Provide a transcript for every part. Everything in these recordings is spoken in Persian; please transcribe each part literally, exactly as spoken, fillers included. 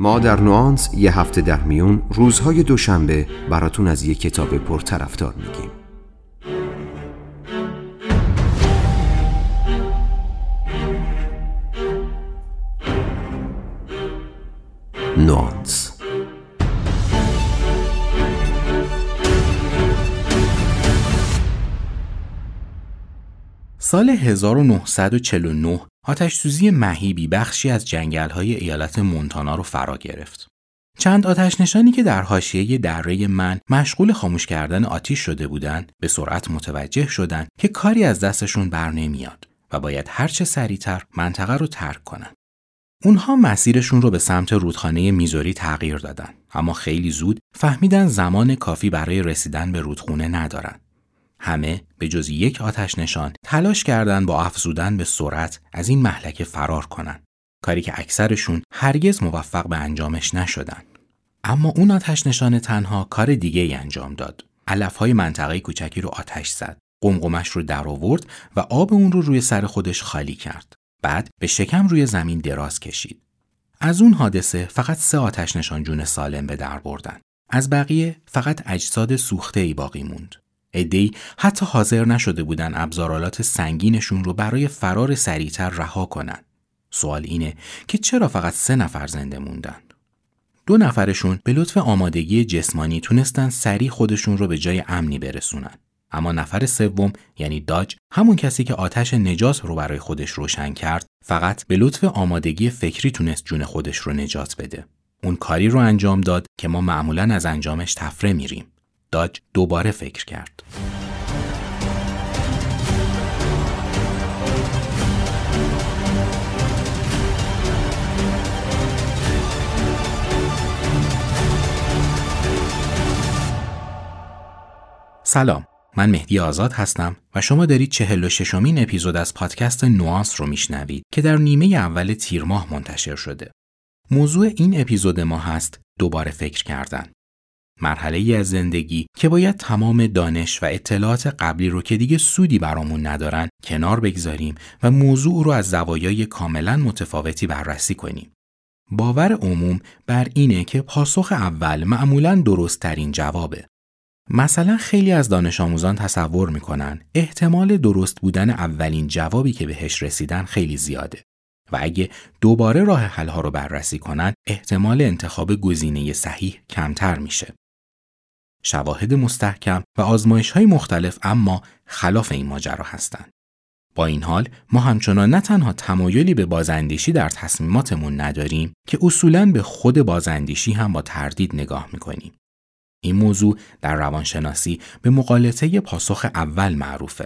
ما در نوانس یه هفته در میون روزهای دوشنبه براتون از یه کتاب پرطرفدار میگیم. نوانس. سال هزار و نهصد و چهل و نه آتش‌سوزی مهیبی بخشی از جنگل‌های ایالت مونتانا رو فرا گرفت. چند آتش‌نشانی که در حاشیه دره من مشغول خاموش کردن آتش شده بودند، به سرعت متوجه شدند که کاری از دستشون بر نمیاد و باید هرچه سریعتر منطقه رو ترک کنن. اونها مسیرشون رو به سمت رودخانه میزوری تغییر دادن، اما خیلی زود فهمیدن زمان کافی برای رسیدن به رودخونه ندارن. همه به جز یک آتش نشان تلاش کردند با افزودن به سرعت از این مهلکه فرار کنند، کاری که اکثرشون هرگز موفق به انجامش نشدن. اما اون آتش نشان تنها کار دیگه ای انجام داد. علف‌های منطقه کوچکی رو آتش زد، قمقمش رو در آورد و آب اون رو روی سر خودش خالی کرد. بعد به شکم روی زمین دراز کشید. از اون حادثه فقط سه آتش نشان جون سالم به در بردن. از بقیه فقط اجساد سوخته‌ای باقی موند. عده‌ای حتی حاضر نشده بودن ابزارالات سنگینشون رو برای فرار سریعتر رها کنن. سوال اینه که چرا فقط سه نفر زنده موندن؟ دو نفرشون به لطف آمادگی جسمانی تونستن سریع خودشون رو به جای امنی برسونن. اما نفر سوم یعنی داج، همون کسی که آتش نجات رو برای خودش روشن کرد، فقط به لطف آمادگی فکری تونست جون خودش رو نجات بده. اون کاری رو انجام داد که ما معمولاً از انجامش تفره میریم. داج دوباره فکر کرد. سلام، من مهدی آزاد هستم و شما دارید چهل و ششمین اپیزود از پادکست نوانس رو میشنوید که در نیمه اول تیر ماه منتشر شده. موضوع این اپیزود ما هست دوباره فکر کردن. مرحله‌ای از زندگی که باید تمام دانش و اطلاعات قبلی رو که دیگه سودی برامون ندارن کنار بگذاریم و موضوع رو از زوایای کاملا متفاوتی بررسی کنیم. باور عموم بر اینه که پاسخ اول معمولاً درست ترین جوابه. مثلا خیلی از دانش آموزان تصور میکنن احتمال درست بودن اولین جوابی که بهش رسیدن خیلی زیاده و اگه دوباره راه حل ها رو بررسی کنن احتمال انتخاب گزینه صحیح کمتر میشه. شواهد مستحکم و آزمایش‌های مختلف اما خلاف این ماجرا هستند. با این حال ما همچنان نه تنها تمایلی به بازاندیشی در تصمیماتمون نداریم که اصولاً به خود بازاندیشی هم با تردید نگاه میکنیم. این موضوع در روانشناسی به مغالطه پاسخ اول معروفه.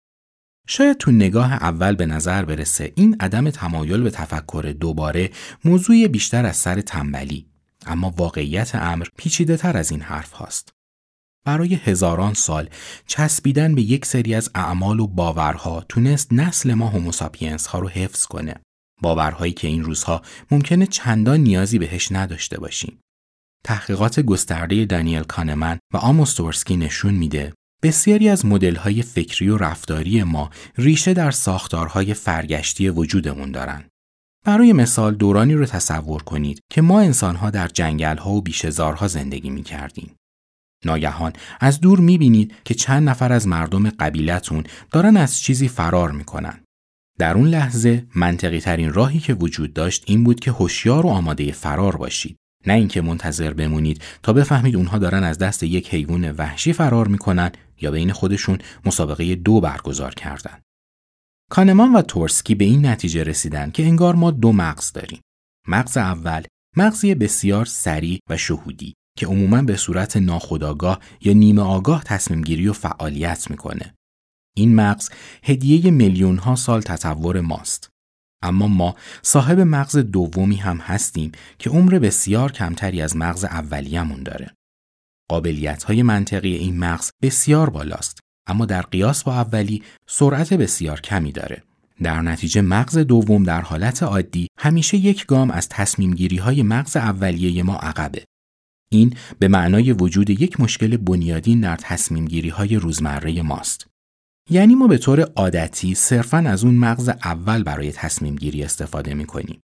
شاید تو نگاه اول به نظر برسه این عدم تمایل به تفکر دوباره موضوع بیشتر از سر تنبلی، اما واقعیت امر پیچیده تر از این حرف هاست. برای هزاران سال چسبیدن به یک سری از اعمال و باورها تونست نسل ما هوموساپینس ها رو حفظ کنه. باورهایی که این روزها ممکنه چندان نیازی بهش نداشته باشیم. تحقیقات گسترده دانیل کانمن و آموس تورسکی نشون میده بسیاری از مدل‌های فکری و رفتاری ما ریشه در ساختارهای فرگشتی وجودمون دارن. برای مثال دورانی رو تصور کنید که ما انسان‌ها در جنگل‌ها و بیشه‌زارها زندگی می‌کردیم. ناگهان از دور می‌بینید که چند نفر از مردم قبیلتون دارن از چیزی فرار می‌کنن. در اون لحظه منطقی ترین راهی که وجود داشت این بود که هوشیار و آماده فرار باشید. نه اینکه منتظر بمونید تا بفهمید اونها دارن از دست یک حیوان وحشی فرار میکنن یا بین خودشون مسابقه دو برگزار کردن. کانمان و تورسکی به این نتیجه رسیدن که انگار ما دو مغز داریم. مغز اول مغزی بسیار سریع و شهودی که عموماً به صورت ناخودآگاه یا نیمه آگاه تصمیم گیری و فعالیت میکنه. این مغز هدیه میلیون ها سال تطور ماست. اما ما صاحب مغز دومی هم هستیم که عمر بسیار کمتری از مغز اولیه‌مون داره. قابلیت‌های منطقی این مغز بسیار بالاست، اما در قیاس با اولی سرعت بسیار کمی داره. در نتیجه مغز دوم در حالت عادی همیشه یک گام از تصمیم‌گیری‌های مغز اولیه ما عقبه. این به معنای وجود یک مشکل بنیادین در تصمیم‌گیری‌های روزمره ماست. یعنی ما به طور عادتی صرفاً از اون مغز اول برای تصمیم گیری استفاده می کنیم.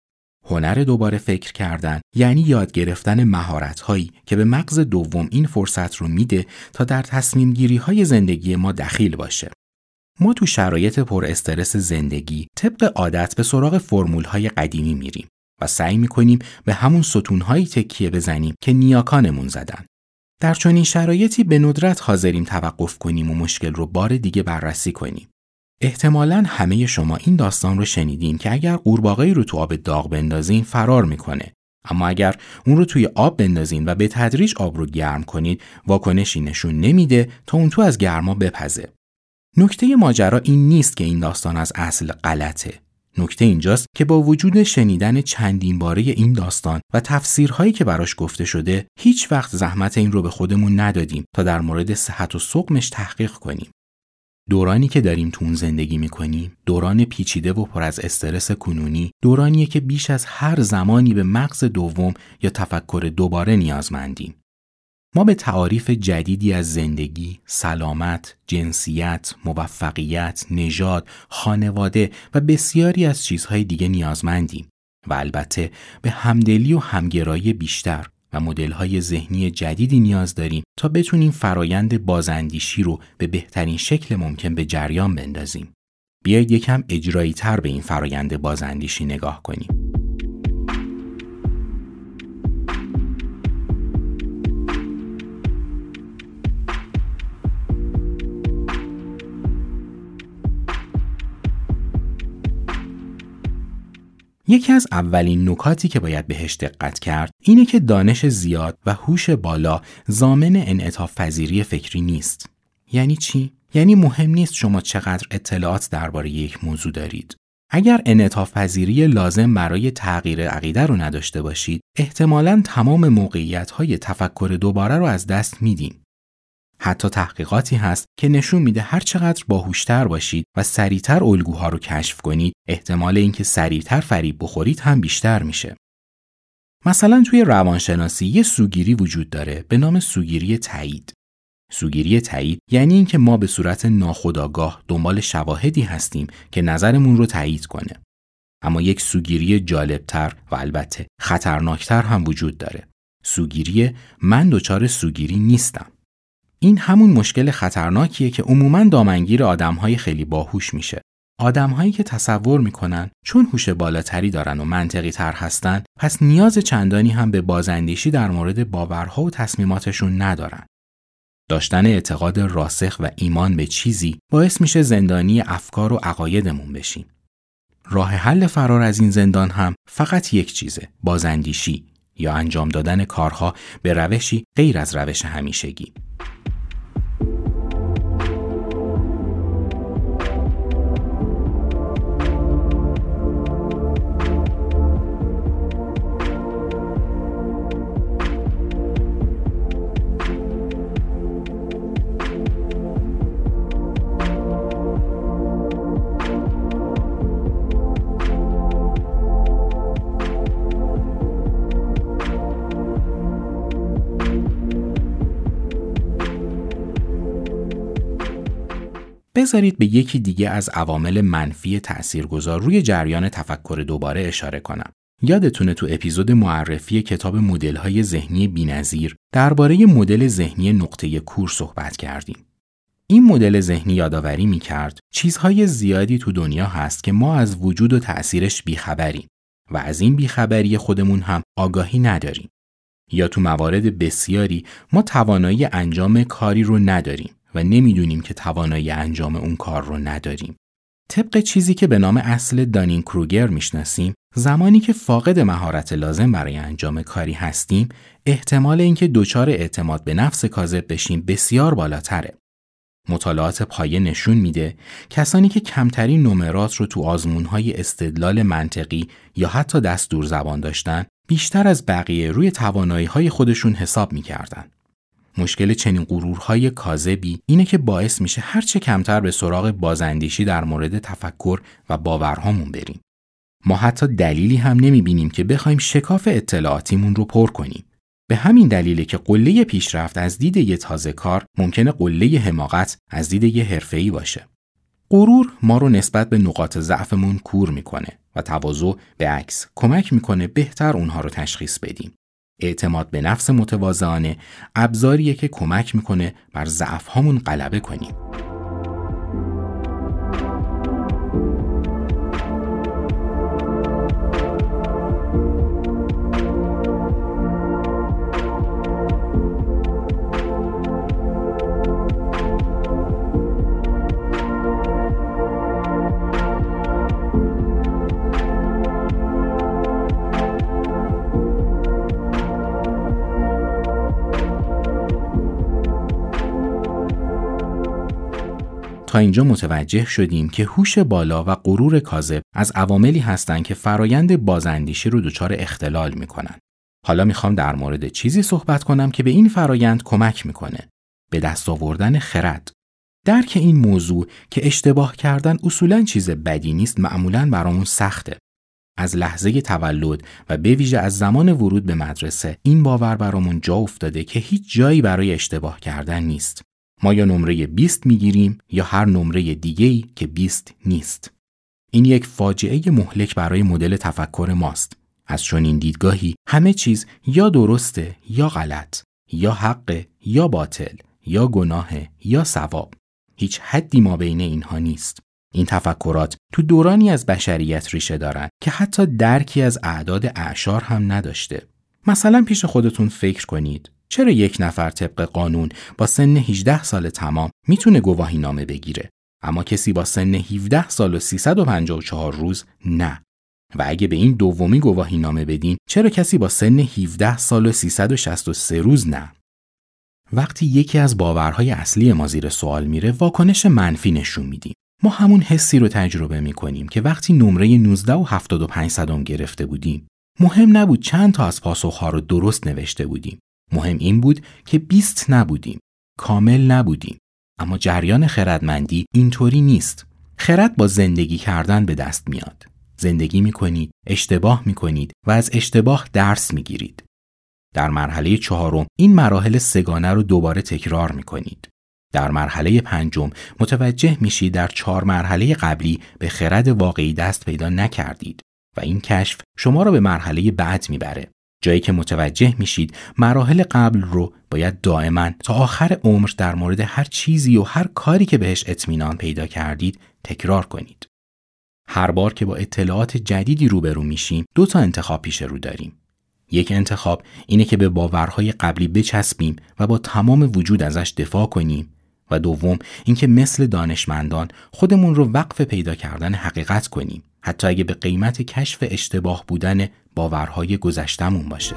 هنر دوباره فکر کردن یعنی یاد گرفتن مهارت‌هایی که به مغز دوم این فرصت رو میده تا در تصمیم گیری‌های زندگی ما دخیل باشه. ما تو شرایط پر استرس زندگی طبق عادت به سراغ فرمول‌های قدیمی میریم و سعی می‌کنیم به همون ستون‌هایی تکیه بزنیم که نیاکانمون زدن. در چنین شرایطی به ندرت حاضریم توقف کنیم و مشکل رو بار دیگه بررسی کنیم. احتمالاً همه شما این داستان رو شنیدین که اگر قورباغه‌ای رو تو آب داغ بندازین فرار میکنه، اما اگر اون رو توی آب بندازین و به تدریج آب رو گرم کنید واکنشی نشون نمیده تا اون تو از گرما بپزه. نکته ماجرا این نیست که این داستان از اصل غلطه. نکته اینجاست که با وجود شنیدن چندین باره این داستان و تفسیرهایی که براش گفته شده هیچ وقت زحمت این رو به خودمون ندادیم تا در مورد صحت و سقمش تحقیق کنیم. دورانی که داریم تو اون زندگی میکنیم، دوران پیچیده و پر از استرس کنونی، دورانیه که بیش از هر زمانی به مغز دوم یا تفکر دوباره نیازمندیم. ما به تعاریف جدیدی از زندگی، سلامت، جنسیت، موفقیت، نژاد، خانواده و بسیاری از چیزهای دیگه نیازمندیم و البته به همدلی و همگرایی بیشتر و مدل‌های ذهنی جدیدی نیاز داریم تا بتونیم فرایند بازاندیشی رو به بهترین شکل ممکن به جریان بندازیم. بیایید یکم اجرایی تر به این فرایند بازاندیشی نگاه کنیم. یکی از اولین نکاتی که باید بهش دقت کرد اینه که دانش زیاد و هوش بالا ضامن انعطاف پذیری فکری نیست. یعنی چی؟ یعنی مهم نیست شما چقدر اطلاعات درباره یک موضوع دارید. اگر انعطاف پذیری لازم برای تغییر عقیده رو نداشته باشید، احتمالاً تمام موقعیت‌های تفکر دوباره رو از دست میدین. حتی تحقیقاتی هست که نشون میده هر چقدر باهوشتر باشید و سریعتر الگوها رو کشف کنید، احتمال اینکه سریعتر فریب بخورید هم بیشتر میشه. مثلا توی روانشناسی یه سوگیری وجود داره به نام سوگیری تایید. سوگیری تایید یعنی اینکه ما به صورت ناخودآگاه دنبال شواهدی هستیم که نظرمون رو تایید کنه. اما یک سوگیری جالبتر و البته خطرناکتر هم وجود داره. سوگیری من دچار سوگیری نیستم. این همون مشکل خطرناکیه که عموماً دامنگیر آدم‌های خیلی باهوش میشه. آدم‌هایی که تصور میکنن چون هوش بالاتری دارن و منطقی تر هستن، پس نیاز چندانی هم به بازاندیشی در مورد باورها و تصمیماتشون ندارن. داشتن اعتقاد راسخ و ایمان به چیزی باعث میشه زندانی افکار و عقایدمون بشیم. راه حل فرار از این زندان هم فقط یک چیزه، بازاندیشی یا انجام دادن کارها به روشی غیر از روش همیشگی. بذارید به یکی دیگه از عوامل منفی تأثیرگذار روی جریان تفکر دوباره اشاره کنم. یادتونه تو اپیزود معرفی کتاب مدل‌های ذهنی بی‌نظیر درباره مدل ذهنی نقطه کور صحبت کردیم. این مدل ذهنی یادآوری می‌کرد چیزهای زیادی تو دنیا هست که ما از وجود و تأثیرش بیخبریم و از این بیخبری خودمون هم آگاهی نداریم. یا تو موارد بسیاری ما توانایی انجام کاری رو نداریم و نمیدونیم که توانایی انجام اون کار رو نداریم. طبق چیزی که به نام اصل دانینگ کروگر میشناسیم، زمانی که فاقد مهارت لازم برای انجام کاری هستیم، احتمال اینکه دچار اعتماد به نفس کاذب بشیم بسیار بالاتره. مطالعات پایه نشون میده کسانی که کمترین نمرات رو تو آزمون‌های استدلال منطقی یا حتی دستور زبان داشتن، بیشتر از بقیه روی توانایی‌های خودشون حساب می‌کردن. مشکل چنین غرورهای کاذبی اینه که باعث میشه هر چه کمتر به سراغ بازاندیشی در مورد تفکر و باورهامون بریم. ما حتی دلیلی هم نمیبینیم که بخوایم شکاف اطلاعاتیمون رو پر کنیم. به همین دلیله که قله پیشرفت از دید یه تازه کار ممکنه قله حماقت از دید یه حرفه‌ای باشه. غرور ما رو نسبت به نقاط ضعفمون کور میکنه و تواضع به عکس کمک میکنه بهتر اونها رو تشخیص بدیم. اعتماد به نفس متواضعانه ابزاریه که کمک میکنه بر ضعف‌هامون غلبه کنیم. تا اینجا متوجه شدیم که هوش بالا و غرور کاذب از عواملی هستند که فرایند بازاندیشی رو دچار اختلال میکنن. حالا میخوام در مورد چیزی صحبت کنم که به این فرایند کمک میکنه. به دست آوردن خرد. درک این موضوع که اشتباه کردن اصولاً چیز بدی نیست معمولاً برامون سخته. از لحظه تولد و به ویژه از زمان ورود به مدرسه این باور برامون جا افتاده که هیچ جایی برای اشتباه کردن نیست. ما یا نمره بیست میگیریم یا هر نمره دیگه‌ای که بیست نیست. این یک فاجعه مهلک برای مدل تفکر ماست. از چنین دیدگاهی همه چیز یا درسته یا غلط، یا حق یا باطل، یا گناه یا ثواب. هیچ حدی ما بین اینها نیست. این تفکرات تو دورانی از بشریت ریشه دارن که حتی درکی از اعداد اعشار هم نداشته. مثلا پیش خودتون فکر کنید. چرا یک نفر طبق قانون با سن هجده سال تمام میتونه گواهی نامه بگیره، اما کسی با سن هفده سال و سیصد و پنجاه و چهار روز نه؟ و اگه به این دومی گواهی نامه بدین، چرا کسی با سن هفده سال و سیصد و شصت و سه روز نه؟ وقتی یکی از باورهای اصلی ما زیر سوال میره، واکنش منفی نشون میدیم. ما همون حسی رو تجربه میکنیم که وقتی نمره نوزده و هفتاد و پنج صدم گرفته بودیم. مهم نبود چند تا از پاسخها رو درست نوشته بودیم. مهم این بود که بیست نبودیم، کامل نبودیم. اما جریان خردمندی اینطوری نیست. خرد با زندگی کردن به دست میاد. زندگی میکنید، اشتباه میکنید و از اشتباه درس میگیرید. در مرحله چهارم این مراحل سگانه رو دوباره تکرار میکنید. در مرحله پنجم متوجه میشید در چهار مرحله قبلی به خرد واقعی دست پیدا نکردید و این کشف شما را به مرحله بعد میبره. جایی که متوجه میشید مراحل قبل رو باید دائما تا آخر عمر در مورد هر چیزی و هر کاری که بهش اطمینان پیدا کردید تکرار کنید. هر بار که با اطلاعات جدیدی روبرو میشیم دو تا انتخاب پیش رو داریم. یک انتخاب اینه که به باورهای قبلی بچسبیم و با تمام وجود ازش دفاع کنیم و دوم اینکه مثل دانشمندان خودمون رو وقف پیدا کردن حقیقت کنیم، حتی اگه به قیمت کشف اشتباه بودن باورهای گذشتمون باشه.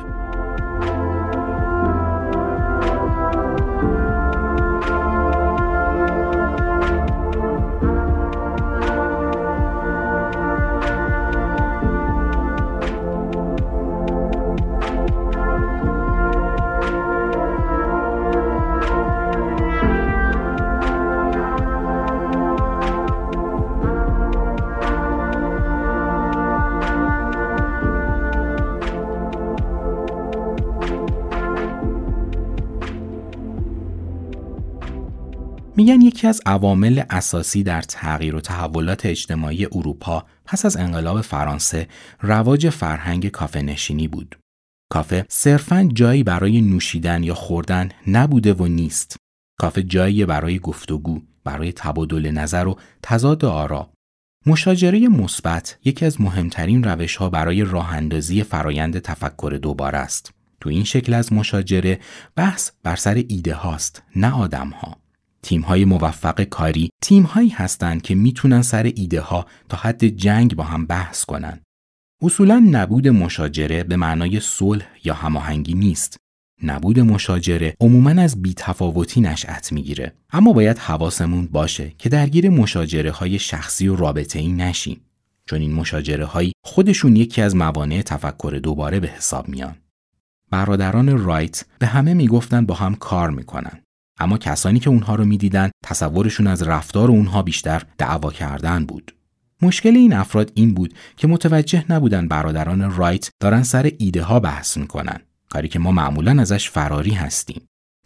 میگن یکی از عوامل اساسی در تغییر و تحولات اجتماعی اروپا پس از انقلاب فرانسه رواج فرهنگ کافه نشینی بود. کافه صرفاً جایی برای نوشیدن یا خوردن نبوده و نیست. کافه جایی برای گفتگو، برای تبادل نظر و تضاد آرا. مشاجره مثبت یکی از مهمترین روش‌ها برای راه‌اندازی فرایند تفکر دوباره است. تو این شکل از مشاجره بحث بر سر ایده هاست، نه آدم ها. تیم‌های موفق کاری تیم‌هایی هستند که میتونن سر ایده ها تا حد جنگ با هم بحث کنن. اصولاً نبود مشاجره به معنای صلح یا هماهنگی نیست. نبود مشاجره عموماً از بی‌تفاوتی نشأت میگیره. اما باید حواسمون باشه که درگیر مشاجره‌های شخصی و رابطه‌ای نشیم. چون این مشاجره‌های خودشون یکی از موانع تفکر دوباره به حساب میان. برادران رایت به همه میگفتن با هم کار میکنن. اما کسانی که اونها رو میدیدن تصورشون از رفتار اونها بیشتر دعوا کردن بود. مشکل این افراد این بود که متوجه نبودن برادران رایت دارن سر ایده ها بحث میکنن. کاری که ما معمولاً ازش فراری هستیم.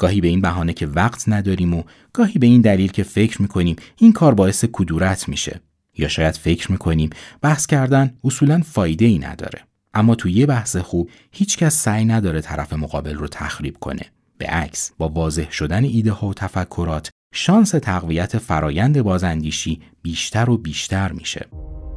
گاهی به این بهانه که وقت نداریم و گاهی به این دلیل که فکر میکنیم این کار باعث کدورت میشه. یا شاید فکر میکنیم بحث کردن اصولاً فایده ای نداره. اما تو یه بحث خوب هیچ کس سعی نداره طرف مقابل رو تخریب کنه. به عکس با واضح شدن ایده ها و تفکرات شانس تقویت فرایند بازاندیشی بیشتر و بیشتر میشه.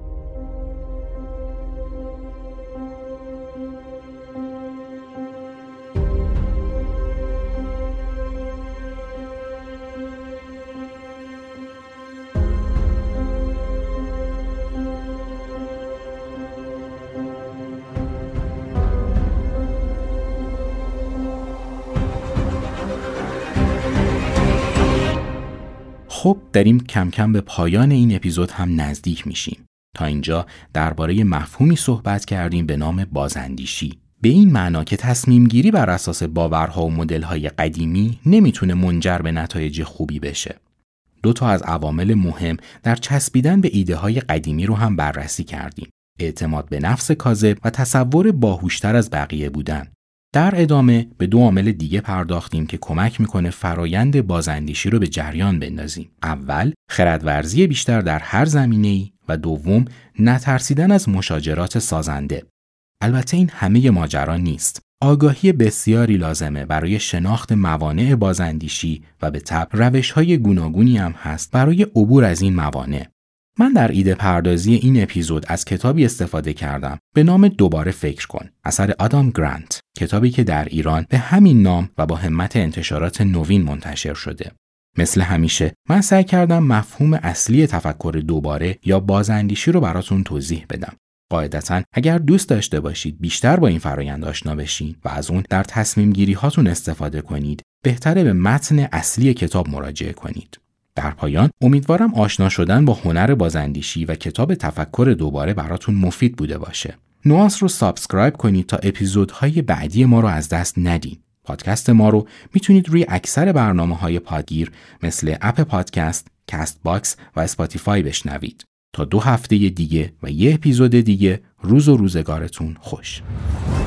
خب داریم کم کم به پایان این اپیزود هم نزدیک میشیم. تا اینجا درباره مفهومی صحبت کردیم به نام بازاندیشی. به این معنا که تصمیم گیری بر اساس باورها و مدل‌های قدیمی نمیتونه منجر به نتایج خوبی بشه. دو تا از عوامل مهم در چسبیدن به ایده‌های قدیمی رو هم بررسی کردیم. اعتماد به نفس کاذب و تصور باهوشتر از بقیه بودن. در ادامه به دو عامل دیگه پرداختیم که کمک میکنه فرایند بازاندیشی رو به جریان بندازیم. اول، خردورزی بیشتر در هر زمینه‌ای و دوم، نترسیدن از مشاجرات سازنده. البته این همه ماجرا نیست. آگاهی بسیاری لازمه برای شناخت موانع بازاندیشی و به تبع روش‌های گوناگونی هم هست برای عبور از این موانع. من در ایده پردازی این اپیزود از کتابی استفاده کردم به نام دوباره فکر کن، اثر آدام گرانت، کتابی که در ایران به همین نام و با همت انتشارات نوین منتشر شده. مثل همیشه من سعی کردم مفهوم اصلی تفکر دوباره یا بازاندیشی رو براتون توضیح بدم. قاعدتاً اگر دوست داشته باشید بیشتر با این فرآیند آشنا بشین و از اون در تصمیم گیری هاتون استفاده کنید، بهتره به متن اصلی کتاب مراجعه کنید. در پایان امیدوارم آشنا شدن با هنر بازاندیشی و کتاب تفکر دوباره براتون مفید بوده باشه. نوانس رو سابسکرایب کنید تا اپیزودهای بعدی ما رو از دست ندین. پادکست ما رو میتونید روی اکثر برنامه‌های پادگیر مثل اپ پادکست، کست باکس و اسپاتیفای بشنوید. تا دو هفته دیگه و یه اپیزود دیگه، روز و روزگارتون خوش.